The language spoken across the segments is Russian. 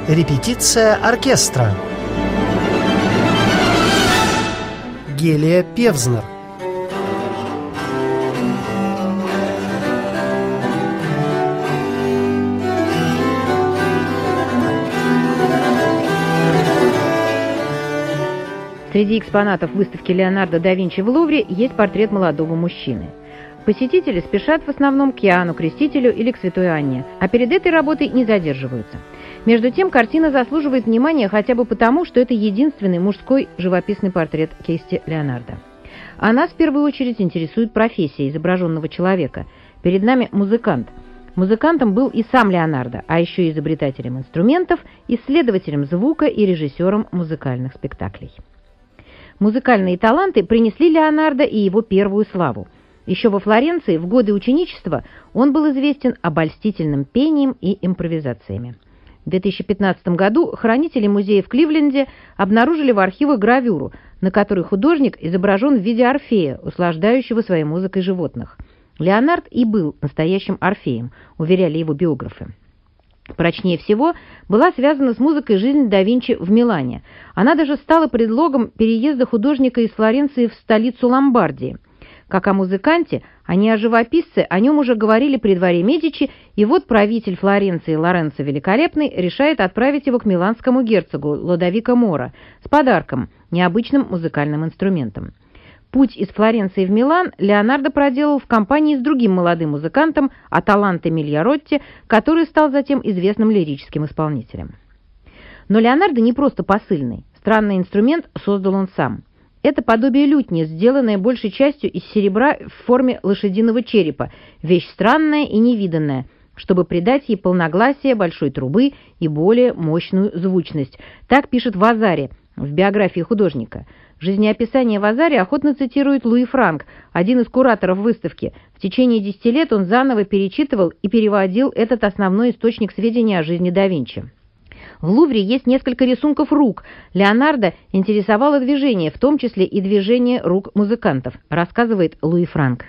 Репетиция оркестра. Гелия Певзнер. Среди экспонатов выставки Леонардо да Винчи в Лувре есть портрет молодого мужчины. Посетители спешат в основном к Иоанну Крестителю или к Святой Анне, а перед этой работой не задерживаются. Между тем, картина заслуживает внимания хотя бы потому, что это единственный мужской живописный портрет кисти Леонардо. А нас в первую очередь интересует профессия изображенного человека. Перед нами музыкант. Музыкантом был и сам Леонардо, а еще и изобретателем инструментов, исследователем звука и режиссером музыкальных спектаклей. Музыкальные таланты принесли Леонардо и его первую славу. Еще во Флоренции в годы ученичества он был известен обольстительным пением и импровизациями. В 2015 году хранители музея в Кливленде обнаружили в архивах гравюру, на которой художник изображен в виде Орфея, услаждающего своей музыкой животных. Леонард и был настоящим Орфеем, уверяли его биографы. Прочнее всего была связана с музыкой жизнь да Винчи в Милане. Она даже стала предлогом переезда художника из Флоренции в столицу Ломбардии. Как о музыканте, а не о живописце, о нем уже говорили при дворе Медичи, и вот правитель Флоренции Лоренцо Великолепный решает отправить его к миланскому герцогу Лодовико Моро с подарком, необычным музыкальным инструментом. Путь из Флоренции в Милан Леонардо проделал в компании с другим молодым музыкантом Аталанте Мильяротти, который стал затем известным лирическим исполнителем. Но Леонардо не просто посыльный. Странный инструмент создал он сам. Это подобие лютни, сделанное большей частью из серебра в форме лошадиного черепа, вещь странная и невиданная, чтобы придать ей полногласие большой трубы и более мощную звучность. Так пишет Вазари в биографии художника. Жизнеописание Вазари охотно цитирует Луи Франк, один из кураторов выставки. В течение 10 лет он заново перечитывал и переводил этот основной источник сведений о жизни да Винчи. В Лувре есть несколько рисунков рук. Леонардо интересовало движение, в том числе и движение рук музыкантов, рассказывает Луи Франк.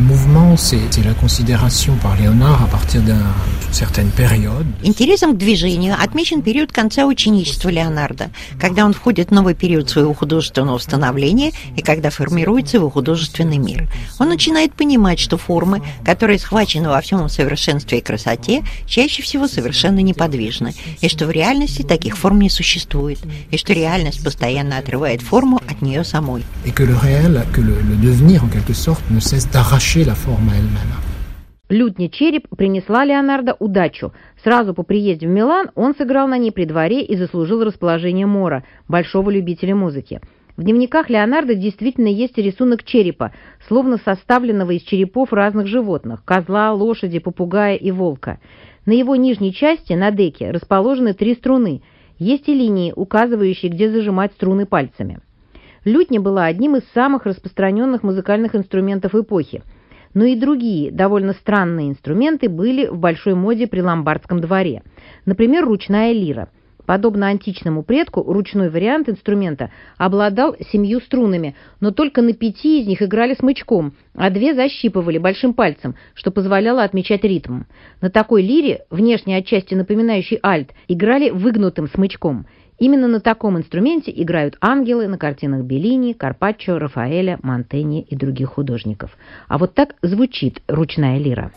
Интересом к движению отмечен период конца ученичества Леонардо, когда он входит в новый период своего художественного становления и когда формируется его художественный мир. Он начинает понимать, что формы, которые схвачены во всем совершенстве и красоте, чаще всего совершенно неподвижны, и что в реальности таких форм не существует, и что реальность постоянно отрывает форму от нее самой. Лютня «Череп» принесла Леонардо удачу. Сразу по приезде в Милан он сыграл на ней при дворе и заслужил расположение Моро, большого любителя музыки. В дневниках Леонардо действительно есть рисунок черепа, словно составленного из черепов разных животных – козла, лошади, попугая и волка. На его нижней части, на деке, расположены 3 струны. Есть и линии, указывающие, где зажимать струны пальцами. Лютня была одним из самых распространенных музыкальных инструментов эпохи. Но и другие, довольно странные инструменты были в большой моде при ломбардском дворе. Например, ручная лира. Подобно античному предку, ручной вариант инструмента обладал 7 струнами, но только на 5 из них играли смычком, а 2 защипывали большим пальцем, что позволяло отмечать ритм. На такой лире, внешне отчасти напоминающей альт, играли выгнутым смычком. Именно на таком инструменте играют ангелы на картинах Беллини, Карпаччо, Рафаэля, Монтеньи и других художников. А вот так звучит ручная лира.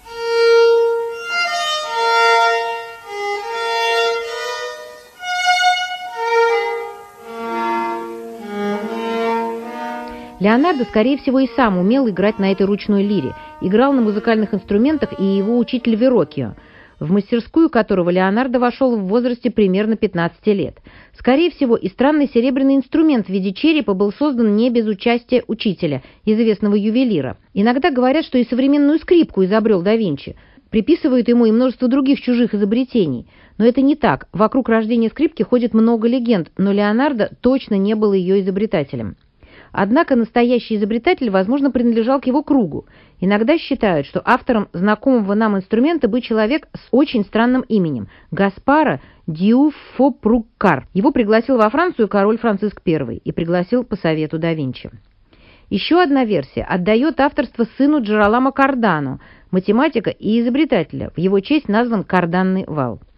Леонардо, скорее всего, и сам умел играть на этой ручной лире. Играл на музыкальных инструментах и его учитель Вероккио, в мастерскую которого Леонардо вошел в возрасте примерно 15 лет. Скорее всего, и странный серебряный инструмент в виде черепа был создан не без участия учителя, известного ювелира. Иногда говорят, что и современную скрипку изобрел да Винчи. Приписывают ему и множество других чужих изобретений. Но это не так. Вокруг рождения скрипки ходит много легенд, но Леонардо точно не был ее изобретателем. Однако настоящий изобретатель, возможно, принадлежал к его кругу. Иногда считают, что автором знакомого нам инструмента был человек с очень странным именем – Гаспаро Дьюфопруккар. Его пригласил во Францию король Франциск I и пригласил по совету да Винчи. Еще одна версия отдает авторство сыну Джероламо Кардано, математика и изобретателя. В его честь назван карданный вал.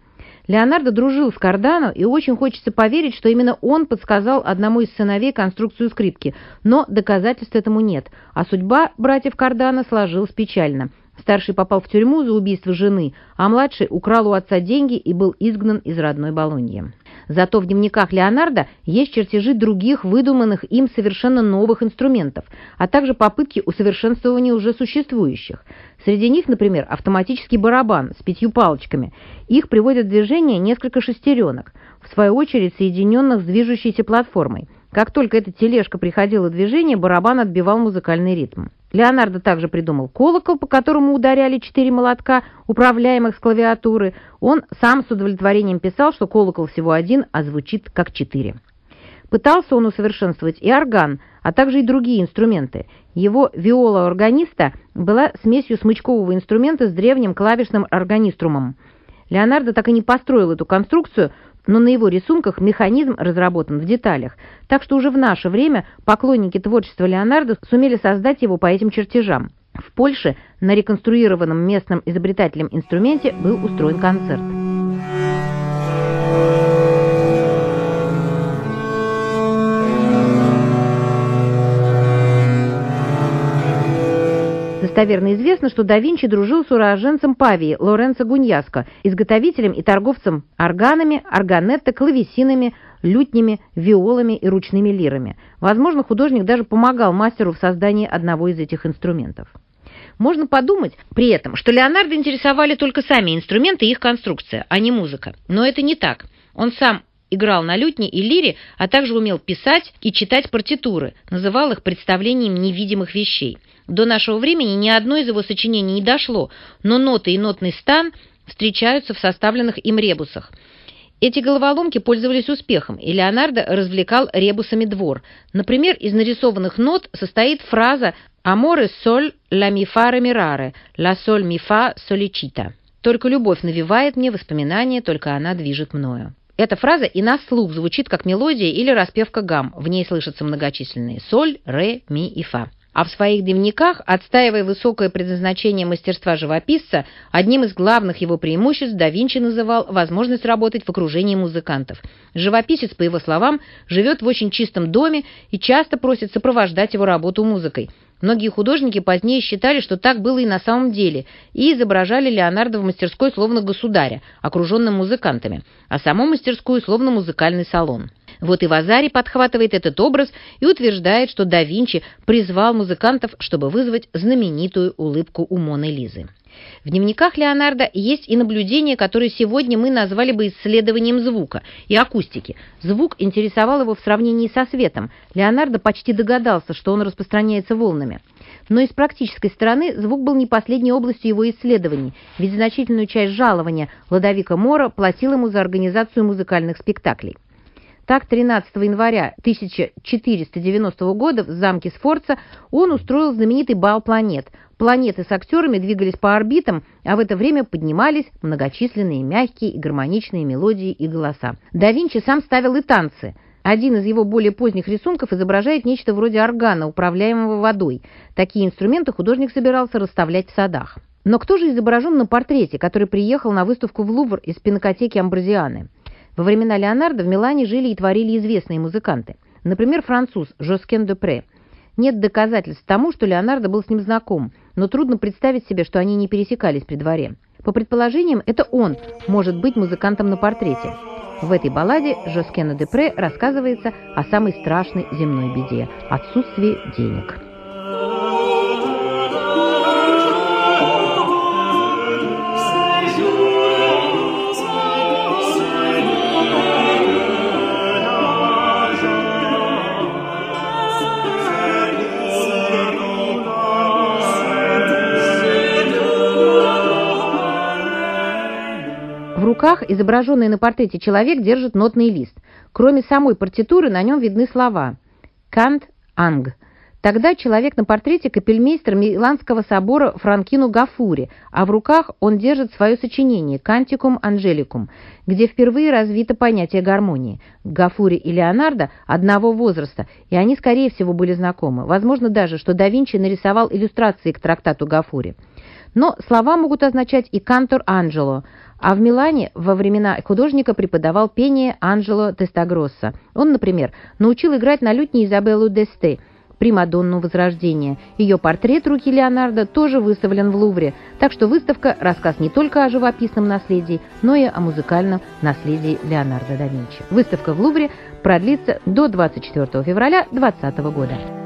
Леонардо дружил с Кардано, и очень хочется поверить, что именно он подсказал одному из сыновей конструкцию скрипки, но доказательств этому нет, а судьба братьев Кардано сложилась печально. Старший попал в тюрьму за убийство жены, а младший украл у отца деньги и был изгнан из родной Болоньи. Зато в дневниках Леонардо есть чертежи других выдуманных им совершенно новых инструментов, а также попытки усовершенствования уже существующих. Среди них, например, автоматический барабан с 5 палочками. Их приводят в движение несколько шестеренок, в свою очередь соединенных с движущейся платформой. Как только эта тележка приходила в движение, барабан отбивал музыкальный ритм. Леонардо также придумал колокол, по которому ударяли 4 молотка, управляемых с клавиатуры. Он сам с удовлетворением писал, что колокол всего один, а звучит как 4. Пытался он усовершенствовать и орган, а также и другие инструменты. Его виола органиста была смесью смычкового инструмента с древним клавишным органиструмом. Леонардо так и не построил эту конструкцию, но на его рисунках механизм разработан в деталях, так что уже в наше время поклонники творчества Леонардо сумели создать его по этим чертежам. В Польше на реконструированном местным изобретателем инструменте был устроен концерт. Достоверно известно, что да Винчи дружил с уроженцем Павии Лоренцо Гуньяско, изготовителем и торговцем органами, органетто, клавесинами, лютнями, виолами и ручными лирами. Возможно, художник даже помогал мастеру в создании одного из этих инструментов. Можно подумать при этом, что Леонардо интересовали только сами инструменты и их конструкция, а не музыка. Но это не так. Он сам играл на лютне и лире, а также умел писать и читать партитуры, называл их представлением невидимых вещей. До нашего времени ни одно из его сочинений не дошло, но ноты и нотный стан встречаются в составленных им ребусах. Эти головоломки пользовались успехом, и Леонардо развлекал ребусами двор. Например, из нарисованных нот состоит фраза «Amore sol la mi fa remirare, la sol mi fa solicita». «Только любовь навевает мне воспоминания, только она движет мною». Эта фраза и на слух звучит как мелодия или распевка гамм. В ней слышатся многочисленные соль, ре, ми и фа. А в своих дневниках, отстаивая высокое предназначение мастерства живописца, одним из главных его преимуществ да Винчи называл возможность работать в окружении музыкантов. Живописец, по его словам, живет в очень чистом доме и часто просит сопровождать его работу музыкой. Многие художники позднее считали, что так было и на самом деле, и изображали Леонардо в мастерской словно государя, окруженным музыкантами, а саму мастерскую словно музыкальный салон. Вот и Вазари подхватывает этот образ и утверждает, что да Винчи призвал музыкантов, чтобы вызвать знаменитую улыбку у Моны Лизы. В дневниках Леонардо есть и наблюдения, которые сегодня мы назвали бы исследованием звука и акустики. Звук интересовал его в сравнении со светом. Леонардо почти догадался, что он распространяется волнами. Но и с практической стороны звук был не последней областью его исследований, ведь значительную часть жалования Лодовико Моро платил ему за организацию музыкальных спектаклей. Так, 13 января 1490 года в замке Сфорца он устроил знаменитый бал планет. Планеты с актерами двигались по орбитам, а в это время поднимались многочисленные мягкие и гармоничные мелодии и голоса. Да Винчи сам ставил и танцы. Один из его более поздних рисунков изображает нечто вроде органа, управляемого водой. Такие инструменты художник собирался расставлять в садах. Но кто же изображен на портрете, который приехал на выставку в Лувр из пинокотеки Амброзианы? Во времена Леонардо в Милане жили и творили известные музыканты. Например, француз Жоскен Дюпре. Нет доказательств тому, что Леонардо был с ним знаком, но трудно представить себе, что они не пересекались при дворе. По предположениям, это он может быть музыкантом на портрете. В этой балладе Жоскена Дюпре рассказывается о самой страшной земной беде – отсутствии денег. В руках изображенный на портрете человек держит нотный лист. Кроме самой партитуры на нем видны слова «Кант Анг». Тогда человек на портрете капельмейстер Миланского собора Франкино Гафури, а в руках он держит свое сочинение «Кантикум Анжеликум», где впервые развито понятие гармонии. Гафури и Леонардо одного возраста, и они, скорее всего, были знакомы. Возможно даже, что да Винчи нарисовал иллюстрации к трактату Гафури. Но слова могут означать и «Кантор Анджело», А в Милане во времена художника преподавал пение Анджело Тестагросса. Он, например, научил играть на лютне Изабеллу Д'Este, примадонну Возрождения. Ее портрет руки Леонардо тоже выставлен в Лувре, так что выставка – рассказ не только о живописном наследии, но и о музыкальном наследии Леонардо да Винчи. Выставка в Лувре продлится до 24 февраля 2020 года.